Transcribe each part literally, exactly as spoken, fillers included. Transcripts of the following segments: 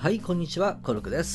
はい、こんにちは、コルクです。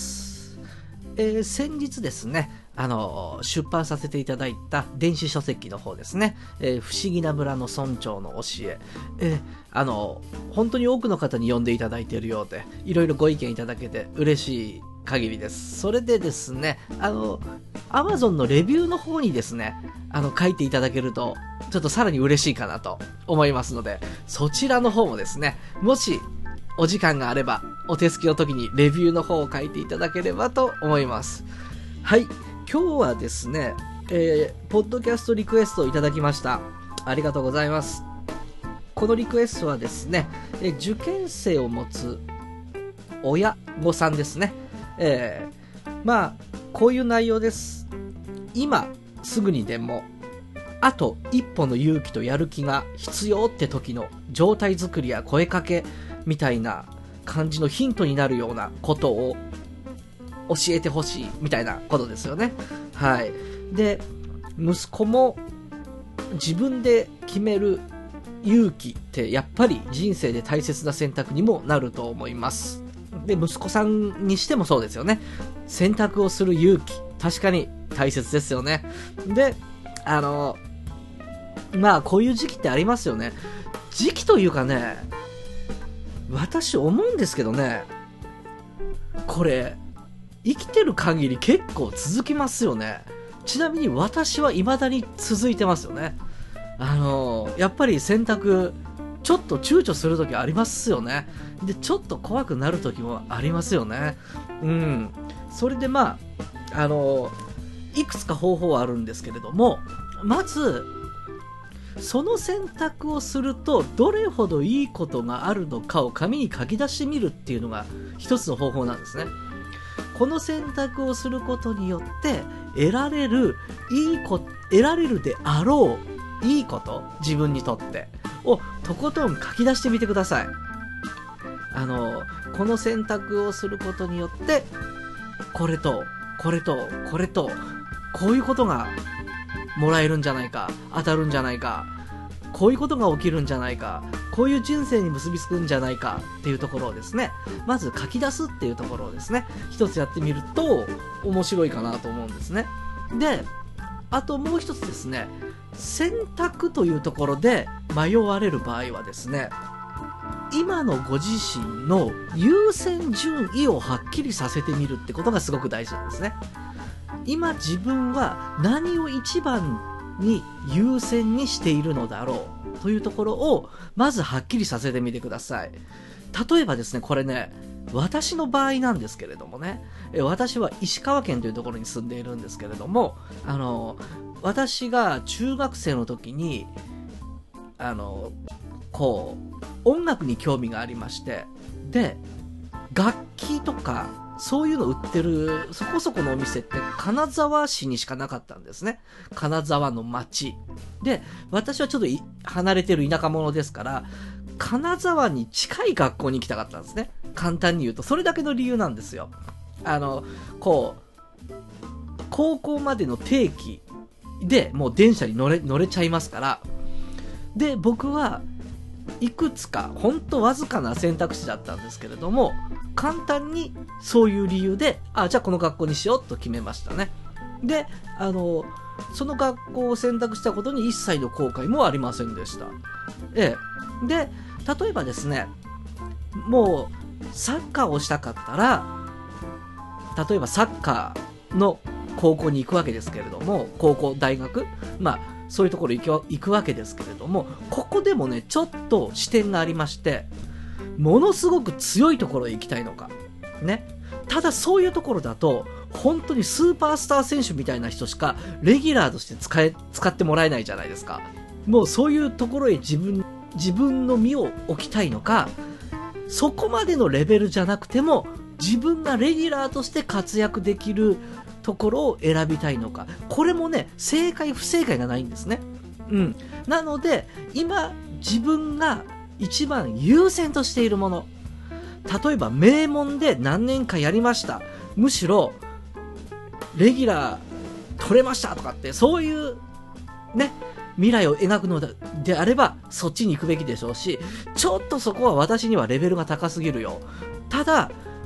えー、先日ですね、あの出版させていただいた電子書籍の方ですね、えー、不思議な村の村長の教え、えー、あの本当に多くの方に読んでいただいているようで、いろいろご意見いただけて嬉しい限りです。それでですね、あの Amazon のレビューの方にですね、あの書いていただけるとちょっとさらに嬉しいかなと思いますので、そちらの方もですね、もしお時間があればお手すきの時にレビューの方を書いていただければと思います。はい、今日はですね、えー、ポッドキャストリクエストをいただきました。ありがとうございます。このリクエストはですね、えー、受験生を持つ親御さんですね。えー、まあこういう内容です。今すぐにでもあと一歩の勇気とやる気が必要って時の状態作りや声かけみたいな感じのヒントになるようなことを教えてほしいみたいなことですよね。はい。で、息子も自分で決める勇気ってやっぱり人生で大切な選択にもなると思います。で、息子さんにしてもそうですよね。選択をする勇気、確かに大切ですよね。で、あのまあこういう時期ってありますよね。時期というかね、私思うんですけどね、これ生きてる限り結構続きますよね。ちなみに私は未だに続いてますよね。あのやっぱり選択ちょっと躊躇する時ありますよね。でちょっと怖くなる時もありますよね。うん。それでまああのいくつか方法はあるんですけれども、まずその選択をするとどれほどいいことがあるのかを紙に書き出してみるっていうのが一つの方法なんですね。この選択をすることによって得られるいいこと、得られるであろういいこと、自分にとってをとことん書き出してみてください。あのこの選択をすることによってこれとこれとこれとこういうことがもらえるんじゃないか、当たるんじゃないか、こういうことが起きるんじゃないか、こういう人生に結びつくんじゃないかっていうところをですね、まず書き出すっていうところをですね、一つやってみると面白いかなと思うんですね。で、あともう一つですね、選択というところで迷われる場合はですね、今のご自身の優先順位をはっきりさせてみるってことがすごく大事なんですね。今自分は何を一番に優先にしているのだろうというところをまずはっきりさせてみてください。例えばですね、これね、私の場合なんですけれどもね、私は石川県というところに住んでいるんですけれども、あの私が中学生の時にあのこう音楽に興味がありまして、で楽器とかそういうの売ってるそこそこのお店って金沢市にしかなかったんですね。金沢の町で、私はちょっと離れてる田舎者ですから金沢に近い学校に行きたかったんですね。簡単に言うとそれだけの理由なんですよ。あのこう高校までの定期でもう電車に乗れ乗れちゃいますから。で、僕はいくつかほんとわずかな選択肢だったんですけれども、簡単にそういう理由で、あ、じゃあこの学校にしようと決めましたね。で、あのその学校を選択したことに一切の後悔もありませんでした。ええ。で、例えばですね、もうサッカーをしたかったら、例えばサッカーの高校に行くわけですけれども、高校、大学、まあそういうところ行く、行くわけですけれども、ここでもね、ちょっと視点がありまして、ものすごく強いところへ行きたいのか。ね。ただそういうところだと、本当にスーパースター選手みたいな人しか、レギュラーとして使え、使ってもらえないじゃないですか。もうそういうところへ自分、自分の身を置きたいのか、そこまでのレベルじゃなくても、自分がレギュラーとして活躍できるところを選びたいのか。これもね、正解不正解がないんですね。うん。なので、今、自分が一番優先としているもの。例えば、名門で何年かやりました。むしろ、レギュラー取れましたとかって、そういう、ね、未来を描くのであれば、そっちに行くべきでしょうし、ちょっとそこは私にはレベルが高すぎるよ。ただ、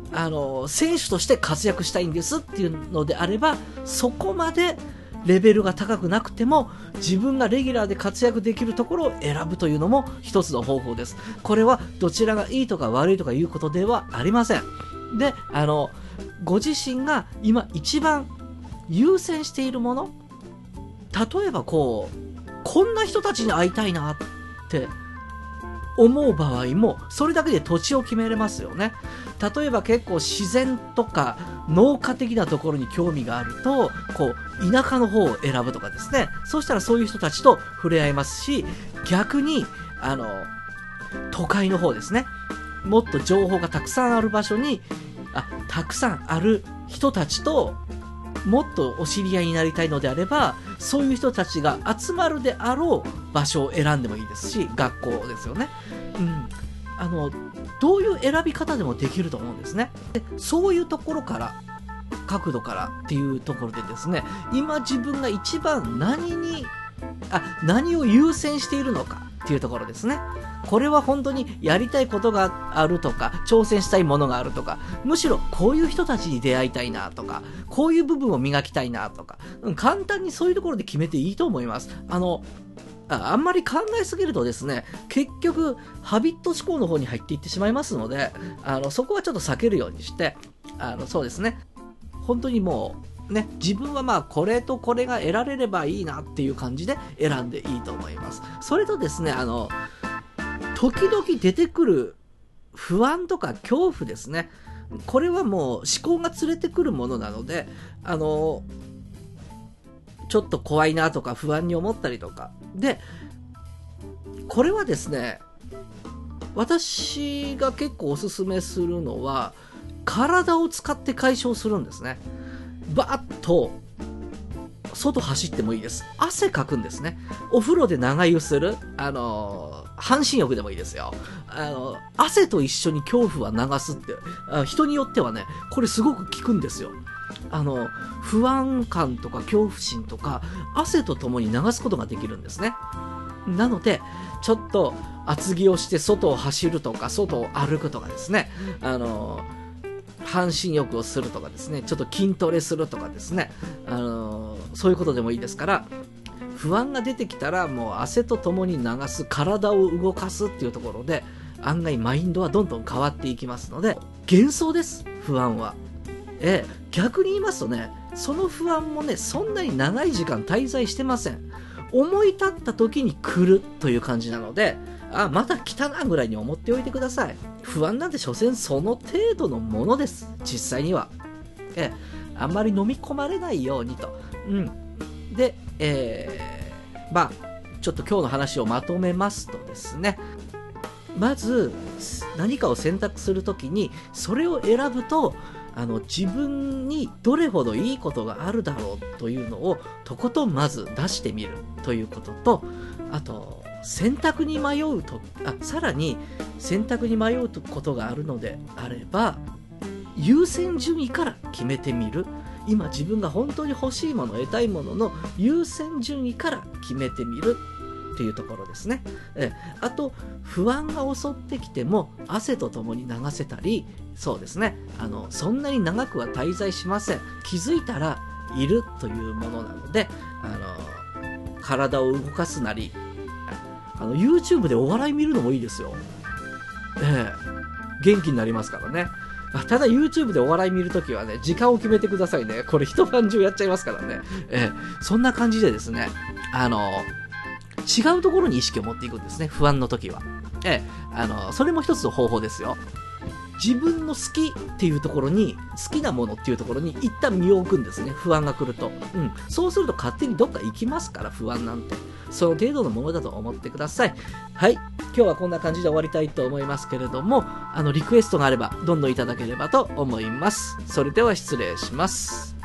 あの、選手として活躍したいんですっていうのであれば、そこまでレベルが高くなくても、自分がレギュラーで活躍できるところを選ぶというのも一つの方法です。これはどちらがいいとか悪いとかいうことではありません。で、あの、ご自身が今一番優先しているもの、例えばこう、こんな人たちに会いたいなって思う場合も、それだけで土地を決めれますよね。例えば結構自然とか農家的なところに興味があると、こう、田舎の方を選ぶとかですね。そうしたらそういう人たちと触れ合いますし、逆に、あの、都会の方ですね。もっと情報がたくさんある場所に、あ、たくさんある人たちと、もっとお知り合いになりたいのであれば、そういう人たちが集まるであろう場所を選んでもいいですし、学校ですよね。うん。あの、どういう選び方でもできると思うんですね。で、そういうところから、角度からっていうところでですね、今自分が一番何に、あ、何を優先しているのかっていうところですね。これは本当にやりたいことがあるとか、挑戦したいものがあるとか、むしろこういう人たちに出会いたいなとか、こういう部分を磨きたいなとか、うん、簡単にそういうところで決めていいと思います。あの、あ, あんまり考えすぎるとですね、結局、ハビット思考の方に入っていってしまいますので、あの、そこはちょっと避けるようにして、あの、そうですね、本当にもう、ね、自分はまあ、これとこれが得られればいいなっていう感じで選んでいいと思います。それとですね、あの、時々出てくる不安とか恐怖ですね。これはもう思考が連れてくるものなので、あの、ちょっと怖いなとか不安に思ったりとか。で、これはですね、私が結構おすすめするのは、体を使って解消するんですね。バーッと、外走ってもいいです。汗かくんですね。お風呂で長湯する、あの、半身浴でもいいですよ。あの、汗と一緒に恐怖は流すって、あ、人によってはね、これすごく効くんですよ。あの、不安感とか恐怖心とか、汗とともに流すことができるんですね。なので、ちょっと厚着をして外を走るとか、外を歩くとかですね、あの、半身浴をするとかですね、ちょっと筋トレするとかですね、あの、そういうことでもいいですから、不安が出てきたらもう汗とともに流す、体を動かすっていうところで、案外マインドはどんどん変わっていきますので、幻想です、不安は。ええ、逆に言いますとね、その不安もね、そんなに長い時間滞在してません。思い立った時に来るという感じなので、あ、また来たなぐらいに思っておいてください。不安なんて所詮その程度のものです、実際には。ええ、あんまり飲み込まれないようにと。うん。で、えー、まあ、ちょっと今日の話をまとめますとですね、まず、何かを選択するときに、それを選ぶと、あの、自分にどれほどいいことがあるだろうというのを、とことんまず出してみるということと、あと、選択に迷うと、あ、さらに、選択に迷うことがあるのであれば、優先順位から決めてみる。今自分が本当に欲しいもの、得たいものの優先順位から決めてみるっていうところですね。えあと、不安が襲ってきても汗とともに流せたり、そうですね、あの、そんなに長くは滞在しません。気づいたらいるというものなので、あの、体を動かすなり、あの、YouTube でお笑い見るのもいいですよ。ええ、元気になりますからね。ただ YouTube でお笑い見るときはね、時間を決めてくださいね。これ一晩中やっちゃいますからね。えー、そんな感じでですね、あの、違うところに意識を持っていくんですね、不安の時は。えー、あの、それも一つの方法ですよ。自分の好きっていうところに、好きなものっていうところに一旦身を置くんですね、不安が来ると。うん。そうすると勝手にどっか行きますから、不安なんて。その程度のものだと思ってください。はい。今日はこんな感じで終わりたいと思いますけれども、あの、リクエストがあれば、どんどんいただければと思います。それでは失礼します。